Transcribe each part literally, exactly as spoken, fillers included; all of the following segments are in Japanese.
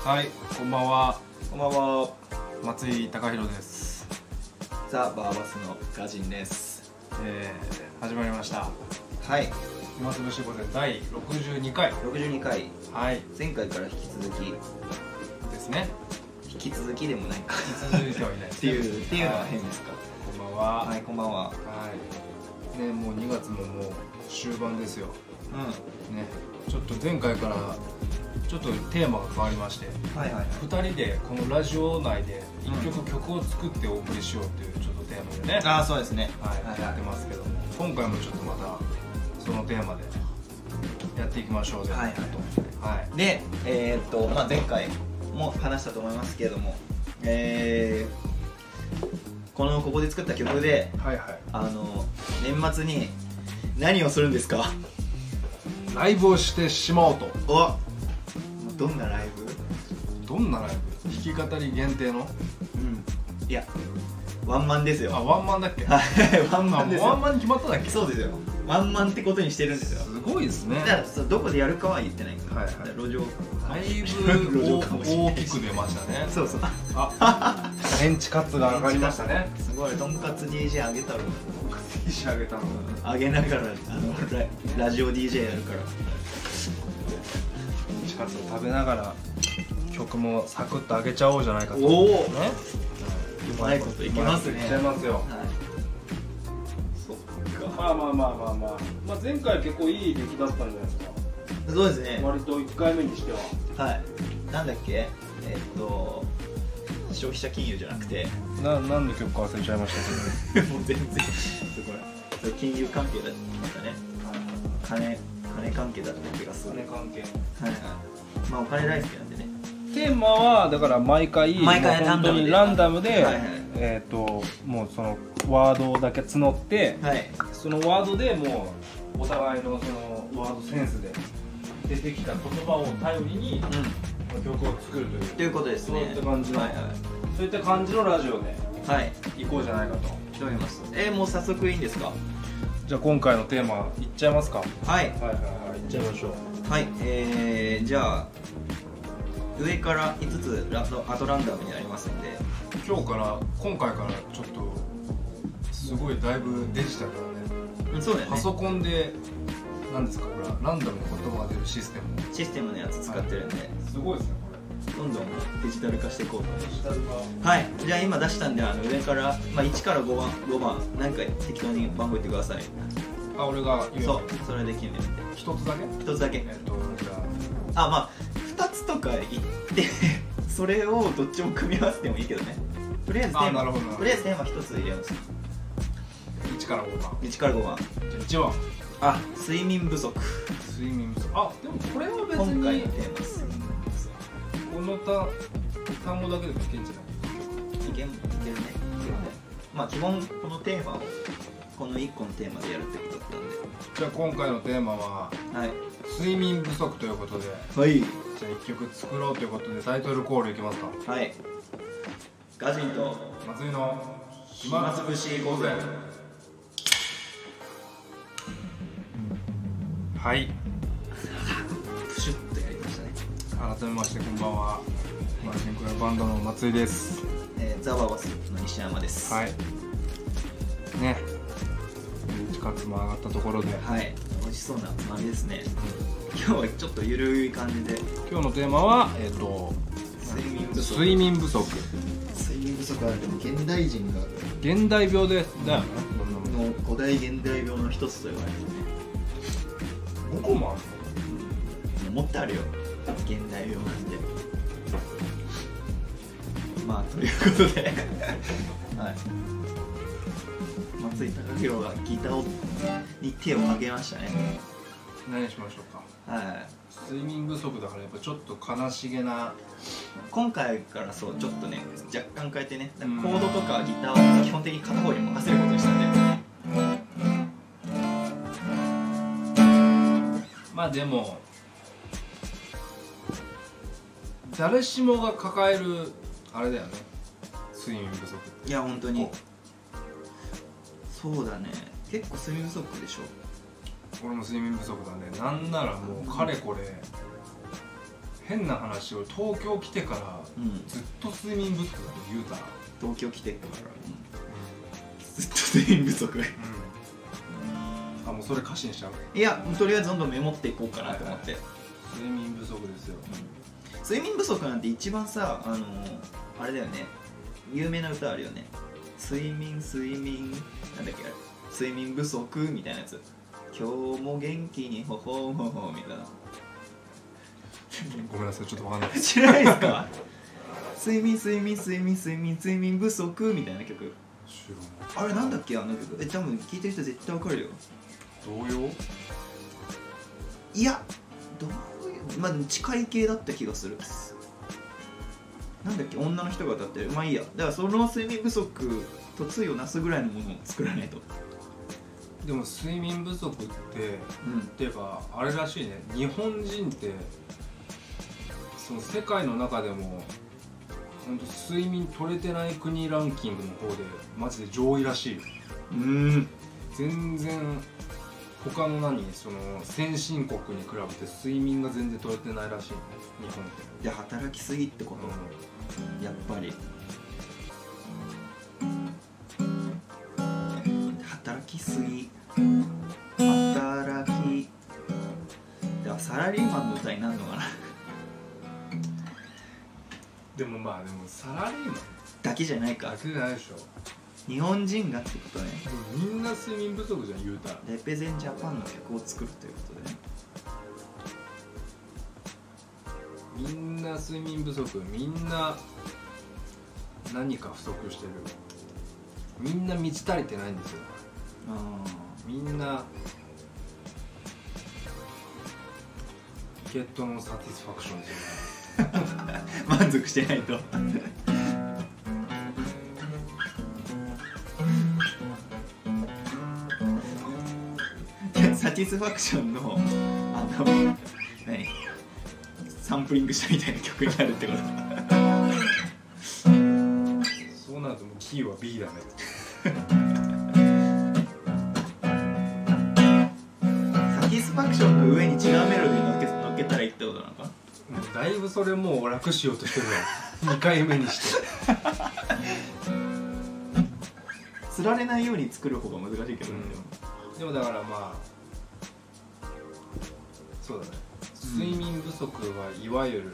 はい、こんばんは。 こんばんは。 松井貴弘です。 ザ・バーバスのガジンです。 えー、始まりました。 はい。 暇つぶし御膳だいろくじゅうにかい。 ろくじゅうにかい。 はい。 前回から引き続きですね。 引き続きでもないか。 引き続いてはいないです、 ね。っていうっていうのは変ですか。 こんばんは。 はい、こんばんは。はい。ね、もうにがつももう終盤ですよ。 うん。 ね、ちょっと前回からちょっとテーマが変わりまして、 はいはいはい、 ふたりでこのラジオ内でいっきょく曲を作ってお送りしようっていうちょっとテーマでね、 ああそうですね、 はい、はい、やってますけども、今回もちょっとまたそのテーマでやっていきましょうね。 はいはい、はい、で、えー、っと、まあ、前回も話したと思いますけれども、えー、このここで作った曲で、はいはい、あの年末に何をするんですか？ ライブをしてしまおうと。 お、どんなライブ？ どんなライブ？弾き語り限定の？ うん。いや、ワンマンですよ。 あ、ワンマンだっけ？ はい、ワンマンですよ。 ワンマンに決まっただっけ？ そうですよ。ワンマンってことにしてるんですよ。 すごいですね。 だからどこでやるかは言ってないから。はいはい。路上。 だいぶ大きく出ましたね。 そうそう。 あ、メンチカツが上がりましたね。 すごい、とんかつ ディージェー あげたろ。とんかつディージェー あげたの。 あげながらあの ラ, ラジオ ディージェー やるから。 メンチカツを食べながら曲もサクッと上げちゃおうじゃないかと。 おお。ね。 うまいこといきますね。いっちゃいますよ。まあまあまあまあまあ、まあ、前回結構いい出来だったんじゃないですか。 そうですね。 割といっかいめにしては。 はい。なんだっけ、えー、っと消費者金融じゃなくて、 ななんで曲か忘れちゃいましたけど。 もう全然これ金融関係だったね。金金関係だった気がする。 金関係。はいはい。まあお金大好きなんでね。 テーマはだから毎回毎回本当にランダムで、 はいはい、 えっ、ー、ともうそのワードだけ募って、はい、そのワードでもうお互いのそのワードセンスで出てきた言葉を頼りに、うん、曲を作るという。 ということですね。 そういった感じの、はいはい、そういった感じのラジオで、はい、行こうじゃないかと。 思います。えー、もう早速いいんですか？ じゃあ今回のテーマいっちゃいますか？ はいはいはいはい、 いっちゃいましょう。 はい、えー、じゃあ上からいつつラアトランダムになりますので、 今日から今回からちょっとすごいだいぶデジタルだね。 そうだよね。 パソコンで何ですかこれはランダムに言葉が出るシステムシステムのやつ使ってるんで、はい、 すごいですねこれ。 どんどんデジタル化していこうと。 デジタル化。 はい、じゃあ今出したんで、あの上から、まあ、いちからごばんごばん何か適当に番号言ってください。 あ、俺が言う。そう、 それで決める。 一つだけ？ 一つだけ。えっとじゃあ、あ、まあふたつとか言ってそれをどっちも組み合わせてもいいけどね。とりあえずテーマ、とりあえずテーマひとつ入れます。 いちからごばん。 いちからごばん。 じゃあいちばん。 あ、睡眠不足。 睡眠不足。あ、でもこれは別に今回のテーマです。 この単単語だけでもいけんじゃない？ いけん、いけるね。いけるね。まあ基本このテーマをこのいっこのテーマでやるってことだったんで。 じゃあ今回のテーマは、はい、睡眠不足ということで、 はい。 じゃあいっきょく作ろうということでタイトルコールいきますか？ はい。ガジンと松井の暇つぶし御膳。 はい。 プシュッとやりましたね。 改めましてこんばんは。マーシンクラバンドの松井です。 えー、ザババスの西山です。 はい。ね。メンチカツも上がったところで、 はい。美味しそうなつまみですね。今日はちょっとゆるい感じで。 今日のテーマはえっ、ー、と睡眠不足。 睡眠不足。 睡眠不足はでも現代人が現代病でだよね。 もう古代現代病の一つと言われてね。 ごこもあるの？もっとあるよ。現代病なんで。まあということではい。松井貴弘がギターに手を挙げましたね。 何しましょうか？はい。睡眠不足だからやっぱちょっと悲しげな。 今回からそうちょっとね若干変えてね、コードとかギターを基本的に片方に任せることにしたんで。 まあでも誰しもが抱えるあれだよね、睡眠不足。 いや本当にそうだね。結構睡眠不足でしょ。 俺も睡眠不足だね。なんならもうかれこれ変な話を東京来てから、うん、ずっと睡眠不足だと言うたら東京来てから、うん、ずっと睡眠不足、うん、 あもうそれ歌詞にしちゃう。 いやとりあえずどんどんメモっていこうかなと思って、はいはい、 睡眠不足ですよ、 うん、睡眠不足なんて一番さあのー、あれだよね、有名な歌あるよね、睡眠睡眠なんだっけあれ、睡眠不足みたいなやつ、今日も元気にほほほほみたいなごめんなさいちょっとわかんない知らないですか睡眠睡眠睡眠睡眠睡眠不足みたいな曲、あれなんだっけあの曲、え多分聴いてる人絶対わかるよ。 童謡？ いやどういうまあでも近い系だった気がする。なんだっけ女の人が歌ってる、まあいいや、だからその睡眠不足と対をなすぐらいのものを作らないと。 でも睡眠不足って、うん、っていうかあれらしいね、日本人ってその世界の中でも本当睡眠取れてない国ランキングの方でマジで上位らしい。 うーん全然他の何その先進国に比べて睡眠が全然取れてないらしい、ね、日本って。 で働きすぎってこと、うん、やっぱり働きすぎ働きではサラリーマンの歌になるのかなでもまあでもサラリーマンだけじゃないか。 だけじゃないでしょ、 日本人がってことね。 みんな睡眠不足じゃん言うたら。 レペゼンジャパンの曲を作るということでね。 みんな睡眠不足、みんな何か不足してる、みんな満ち足りてないんですよ。あみんなゲットのサティスファクションですよね満足してないとサティスファクションのあの何サンプリングしたみたいな曲になるってことそうなるともうキーは ビー だねサティスファクションの上に違うメロディー乗っけ、乗っけたらいいってことなのか。 だいぶそれもう楽しようとしてるわにかいめにして釣られないように作る方が難しいけどね、 うん、でもだからまあそうだね、睡眠不足はいわゆる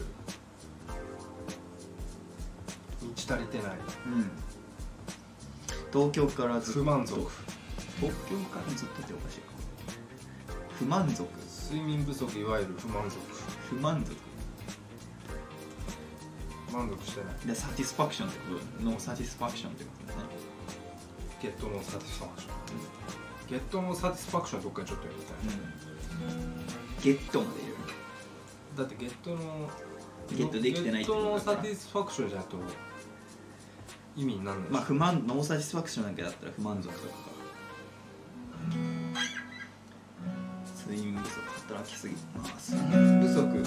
満ち足りてない、うん、 東京からずっと不満足、 東京からずっとっておかしいか、不満足、 睡眠不足いわゆる不満足、 不満足満足してないでサティスファクションってことノーサティスファクションってことだね。 ゲットのサティスファクション、うん、ゲットのサティスファクションどっかにちょっとやりたい、 うんゲットまで入れる。 だってゲットのゲットできてないってことだから。ゲットのサティスファクションじゃないと意味にならない。 まあ不満ノーサティスファクションだけだったら不満足とかか。睡眠不足働きすぎ。まあ睡眠不足。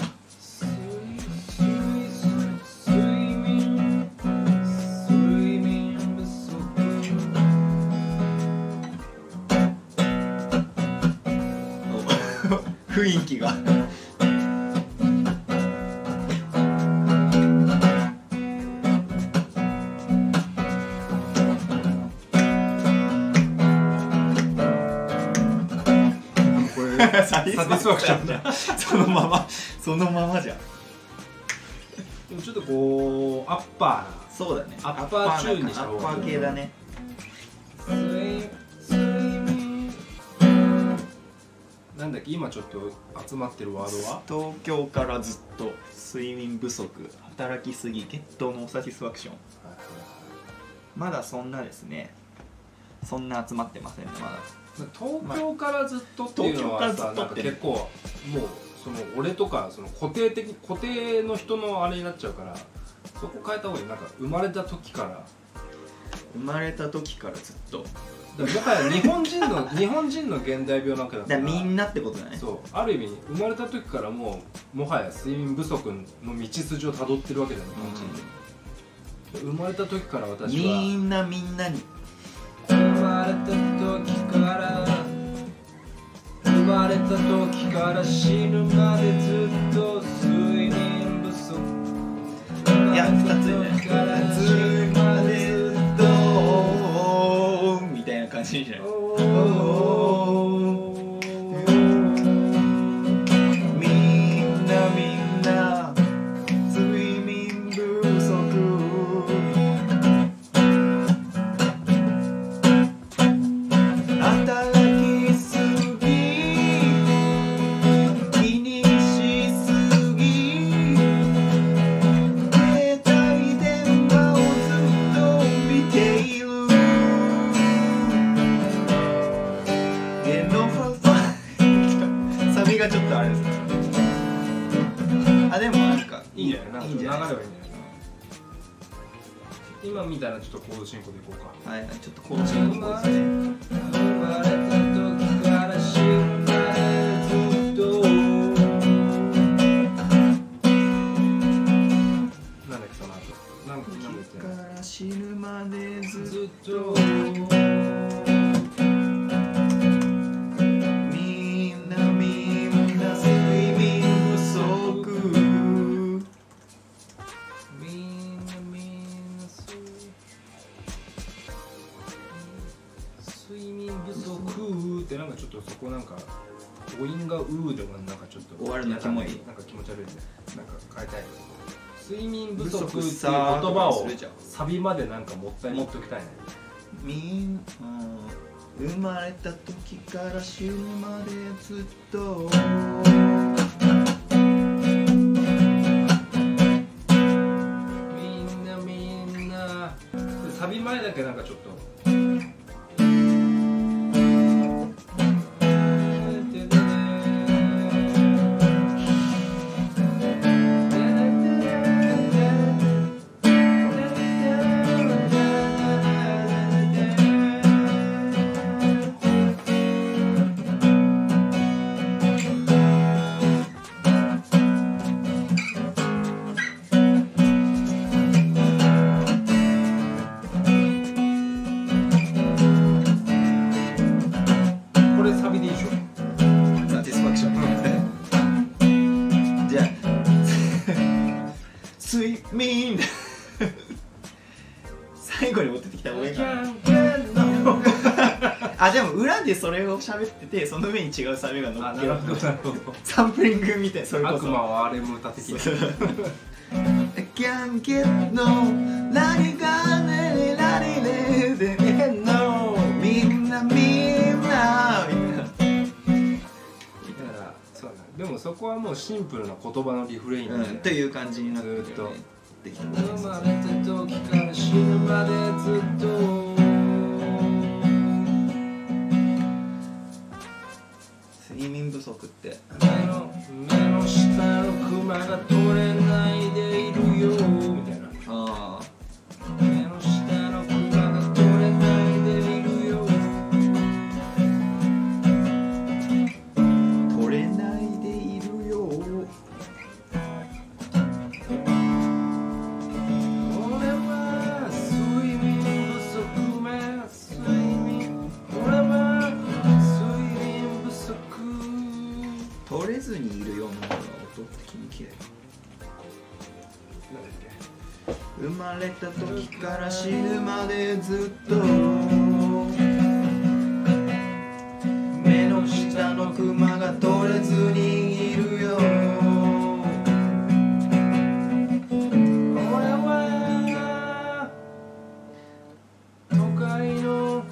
雰囲気がサティスファクションじゃんそのままそのままじゃん。 でもちょっとこうアッパーな、 そうだね、 アッパーチューンにした方がいい。アッパー系だね。 なんだっけ今ちょっと集まってるワードは東京からずっと睡眠不足働きすぎゲットのサティスファクション、はいはいはい、まだそんなですねそんな集まってませんねまだ。 東京からずっとっていうのはさ、なんか結構もうその俺とかその固定的固定の人のあれになっちゃうから、そこ変えた方がいい。なんか生まれた時から生まれた時からずっとだもはや日本人の日本人の現代病なんかだったらみんなってことだね。 そうある意味生まれた時からもうもはや睡眠不足の道筋をたどってるわけじゃん日本人で、うん、生まれた時から私はみんなみんなに生まれた時から生まれた時から死ぬまでずっと睡眠いやふたつね夏までどうみたいな感じじゃないみんなみんな睡眠不足働きすぎ気にしすぎ携帯電話をずっと見ているえのファサビがちょっとあれですねあでもなんかいいんじゃないなんかいいんじゃないですか流れはいいんじゃないかな今みたいなちょっとコード進行でいこうかはいちょっとこっちの方ですね生まれた時から死ぬまでずっとなんだっけその後なんか決めてから死ぬまでずずっとみんなみんな睡眠不足みんなみんな睡眠不足ってなんかちょっとそこなんか母音がうーでもなんかちょっと終わるのキモいなんか気持ち悪いねなんか変えたい睡眠不足っていう不足言さーとか葉をするじゃんサビまでなんかもったい持っておきたいねみんな生まれた時から死ぬまでずっとみんなみんなサビ前だけなんかちょっとこれサビでいいでしょサティスファクションじゃあ睡眠最後に持ってきた方がいいかなあでも裏でそれを喋っててその上に違うサビが乗っけるサンプリングみたいそれこそ悪魔はあれも歌的な I can't get no 何がねラリレでね No みんなみんなみたいなそうだねでもそこはもうシンプルな言葉のリフレインで、 うん、という感じになってるよねずっとできた生まれた時から死ぬまでずっと睡眠不足って目の目の下のクマが取れないでいるよみたいなあ目の下のクマが取れないでいるよあ取れないでいるよ俺は睡眠不足め睡眠俺は睡眠不足取れずにいるような音的に綺麗なんだっけ生まれた時から死ぬまでずっと目の下のクマが取れずにいるよ俺は都会の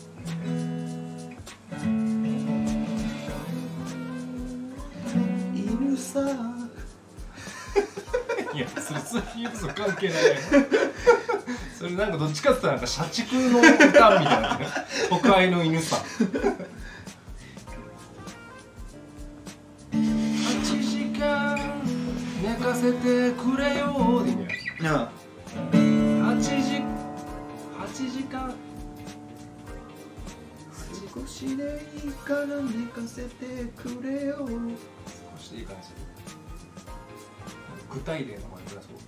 犬さいやそれ睡眠不足関係ないそれなんかどっちかって言ったらなんか社畜の歌みたいな都会の犬さはちじかん寝かせてくれよでいいんじゃないはちじはちじかん少しでいいから寝かせてくれよ少しでいい感じ具体例の前くだそう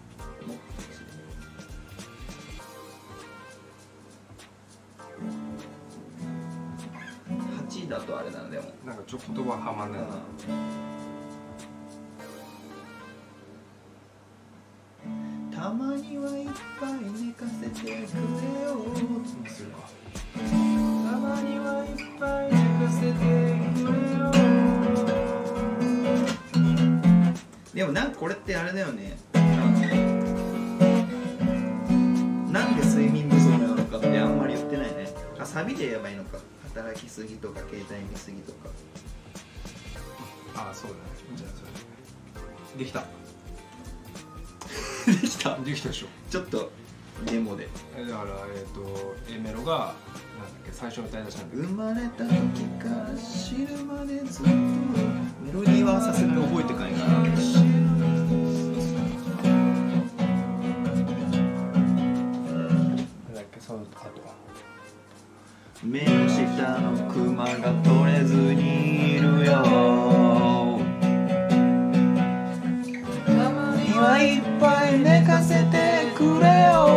はちだとあれだなでもなんかちょっとははまんないなたまにはいっぱい寝かせてくれよってするか。 たまにはいっぱい寝かせてくれよ。 でもなんかこれってあれだよね、なんで睡眠不足なのかってあんまり言ってないね。あ、サビで言えばいいのか。働きすぎとか携帯見すぎとか。 ああ、そうだね。じゃあそれできたできたできたでしょ。 ちょっとデモでだからえっ、ー、と A メロがなんだっけ、最初の歌い出しなんだっけ。 生まれた時から死ぬまでずっと。メロディーはさすがに覚えてかいかな。目の下のクマが取れずにいるよ。たまにはいっぱい寝かせてくれよ。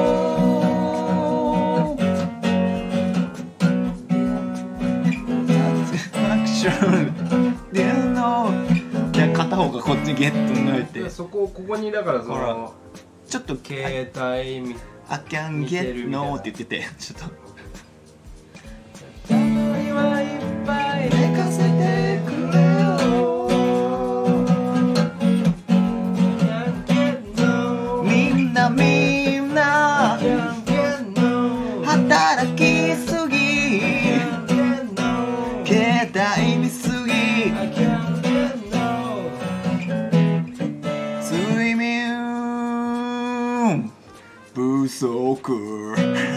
アクションでの片方がこっちゲット抜いて、 そこここにだからそのちょっと携帯見 I can get no って言ってて、ちょっと寝かせてくれよ。みんなみんな働きすぎ、携帯見すぎ、睡眠不足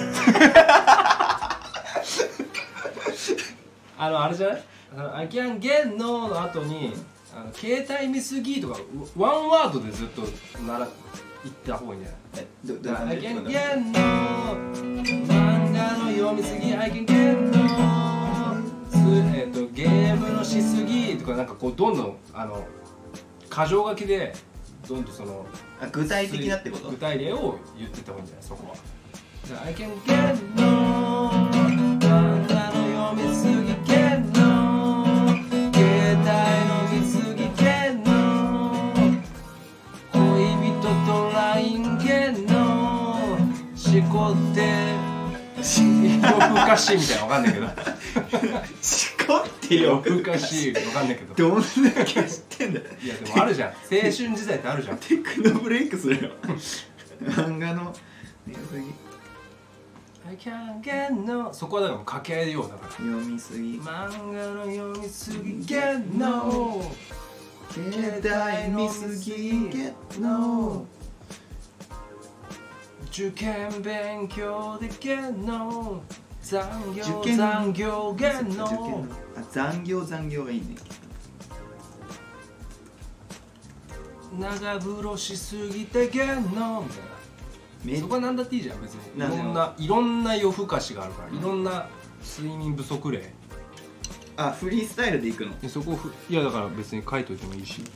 あのあれじゃない、I can get no の後にあの携帯見すぎとかワンワードでずっとなら言った方がいいんじゃない？ え、ど、どう I can get no 漫画の読みすぎ I can get no えっとゲームのしすぎとかなんかこうどんどんあの箇条書きでどんどんそのあ、具体的なってこと？ 具体例を言ってった方がいいんじゃないそこは。じゃあ I can get no 漫画の読みすぎしこって夜更かしみたいなわかんないけどしこって夜更かしわかんないけどどんだけ知ってんだよ。 いやでもあるじゃん、青春時代ってあるじゃん。 テクノブレイクするよ漫画の見すぎ I can't get no そこはだからもう掛け合いようだから読みすぎ漫画の読みすぎ get no 携帯見すぎ get no 受験勉強で get no 残業受験残業 get no あ、残業残業がいいね。 長風呂しすぎて get no みたいな。そこは何だっていいじゃん別に。いろんないろんな夜更かしがあるから、いろんな睡眠不足例。 あ、フリースタイルでいくの？ でそこふいやだから別に書いといてもいいし、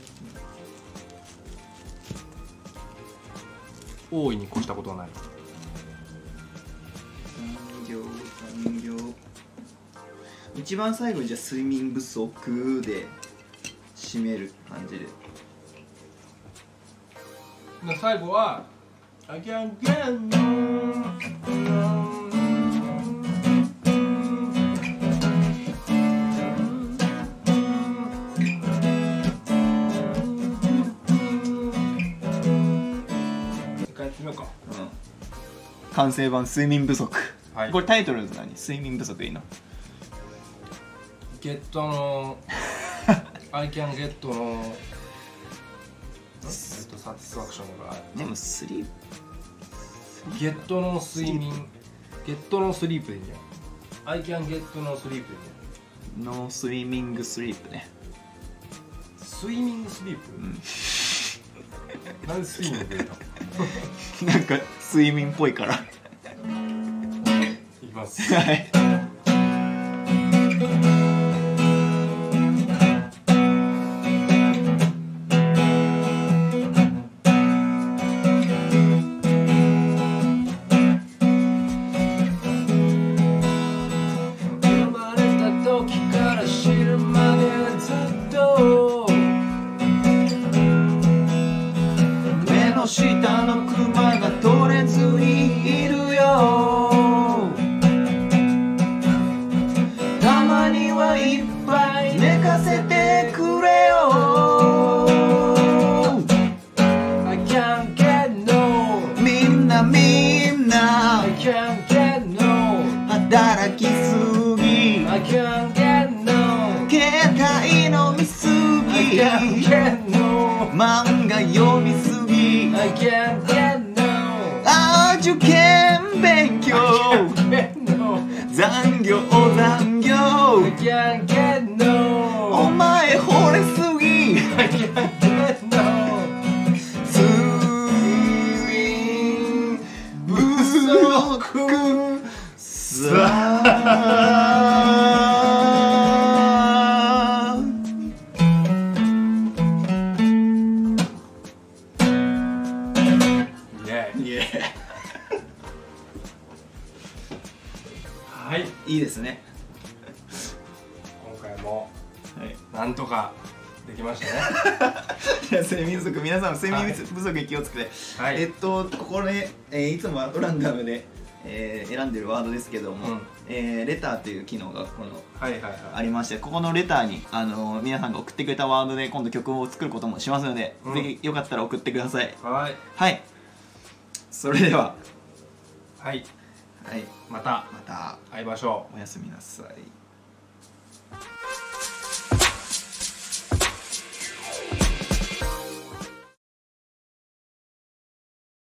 大いに越したことはない。 残業残業一番最後にじゃあ睡眠不足で締める感じで。 で最後は I can't get no 完成版睡眠不足、 はい、 これタイトル何？睡眠不足いいの？ ゲットのI can get のゲットサティスファクションがでもスリープゲットの睡眠ゲットのスリープでいいんじゃん。 I can get のスリープでいいんじゃん。ノースイミングスリープね。 スイミングスリープ、うん、なんでスイミング出たなんか睡眠っぽいからいきますはい下のクマが can't get no 漫画読みすぎ I can't get no あ受験勉強 I can't get no 残業残業 I can't get no お前惚れすぎ I can't get no 睡眠不足さはい、 いいですね。 今回もなんとかできましたね。 睡眠不足、皆さんも睡眠不足に気をつけて、はい、えっとここで、えー、いつもはランダムで、えー、選んでるワードですけども、うん、えー、レターという機能がこの、はいはいはい、ありまして、ここのレターに、あのー、皆さんが送ってくれたワードで今度曲を作ることもしますので、うん、ぜひよかったら送ってください。はい、はい、それでははい、 はい、 またまた会いましょう。 おやすみなさい。